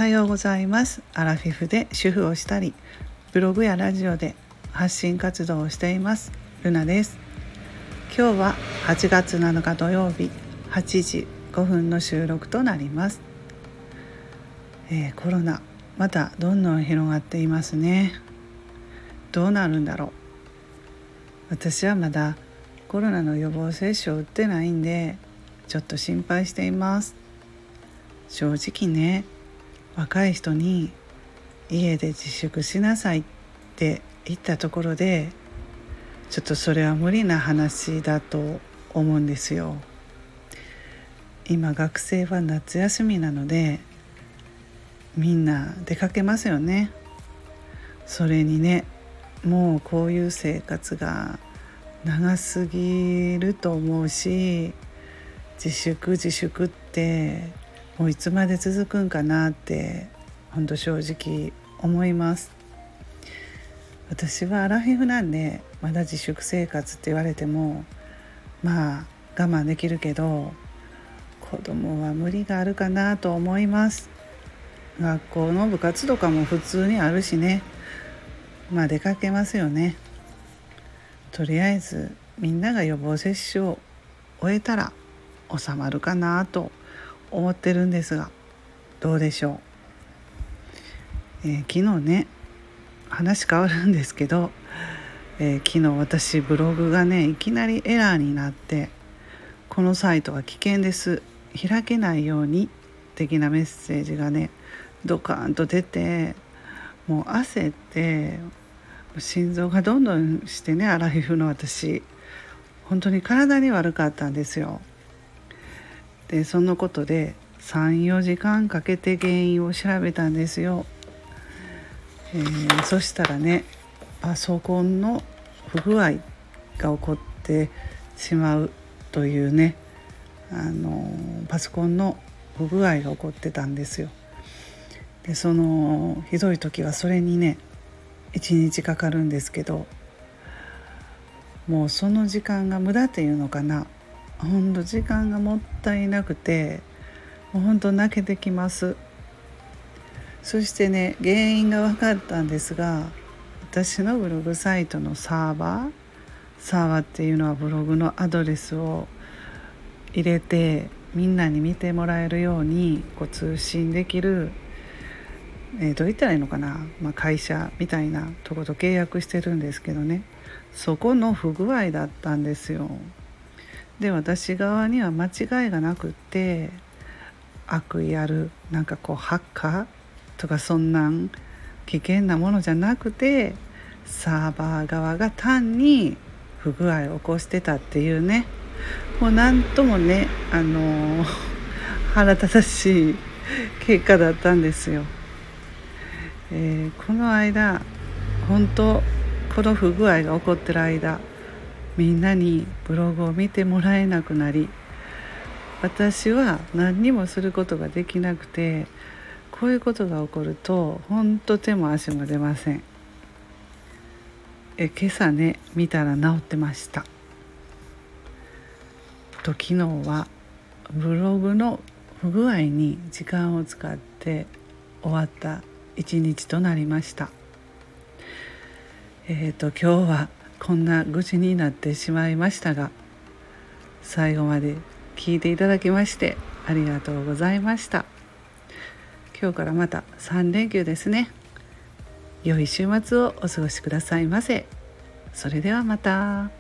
はようございます。アラフィフで主婦をしたり、ブログやラジオで発信活動をしていますルナです。今日は8月7日土曜日8時5分の収録となります。コロナまたどんどん広がっていますね。どうなるんだろう。私はまだコロナの予防接種を打ってないんでちょっと心配しています。正直ね、若い人に家で自粛しなさいって言ったところでちょっとそれは無理な話だと思うんですよ。今学生は夏休みなのでみんな出かけますよね。それにね、もうこういう生活が長すぎると思うし、自粛ってもういつまで続くんかなって本当正直思います。私はアラフィフなんでまだ自粛生活って言われてもまあ我慢できるけど、子供は無理があるかなと思います。学校の部活とかも普通にあるしね、出かけますよね。とりあえずみんなが予防接種を終えたら収まるかなと思ってるんですが、どうでしょう。昨日ね、話変わるんですけど、昨日私ブログがねいきなりエラーになって、このサイトは危険です、開けないように的なメッセージがねドカーンと出て、もう焦って心臓がどんどんしてね、アラフィフの私本当に体に悪かったんですよ。でそのことで 3,4 時間かけて原因を調べたんですよ。そしたらね、パソコンの不具合が起こってしまうというね、パソコンの不具合が起こってたんですよ。でそのひどい時はそれにね1日かかるんですけど、もうその時間が無駄っていうのかな、ほんと時間がもったいなくて、もうほんと泣けてきます。そしてね、原因が分かったんですが、私のブログサイトのサーバーっていうのはブログのアドレスを入れてみんなに見てもらえるように通信できる、どう言ったらいいのかな、会社みたいなとこと契約してるんですけどね、そこの不具合だったんですよ。で私側には間違いがなくって、悪意あるハッカーとかそんなん危険なものじゃなくて、サーバー側が単に不具合を起こしてたっていうね、もうなんともね、腹立たしい結果だったんですよ。この間本当この不具合が起こってる間、みんなにブログを見てもらえなくなり、私は何にもすることができなくて、こういうことが起こると本当手も足も出ません。今朝ね見たら治ってました。昨日はブログの不具合に時間を使って終わった一日となりました。今日はこんな愚痴になってしまいましたが、最後まで聞いていただきましてありがとうございました。今日からまた3連休ですね。良い週末をお過ごしくださいませ。それではまた。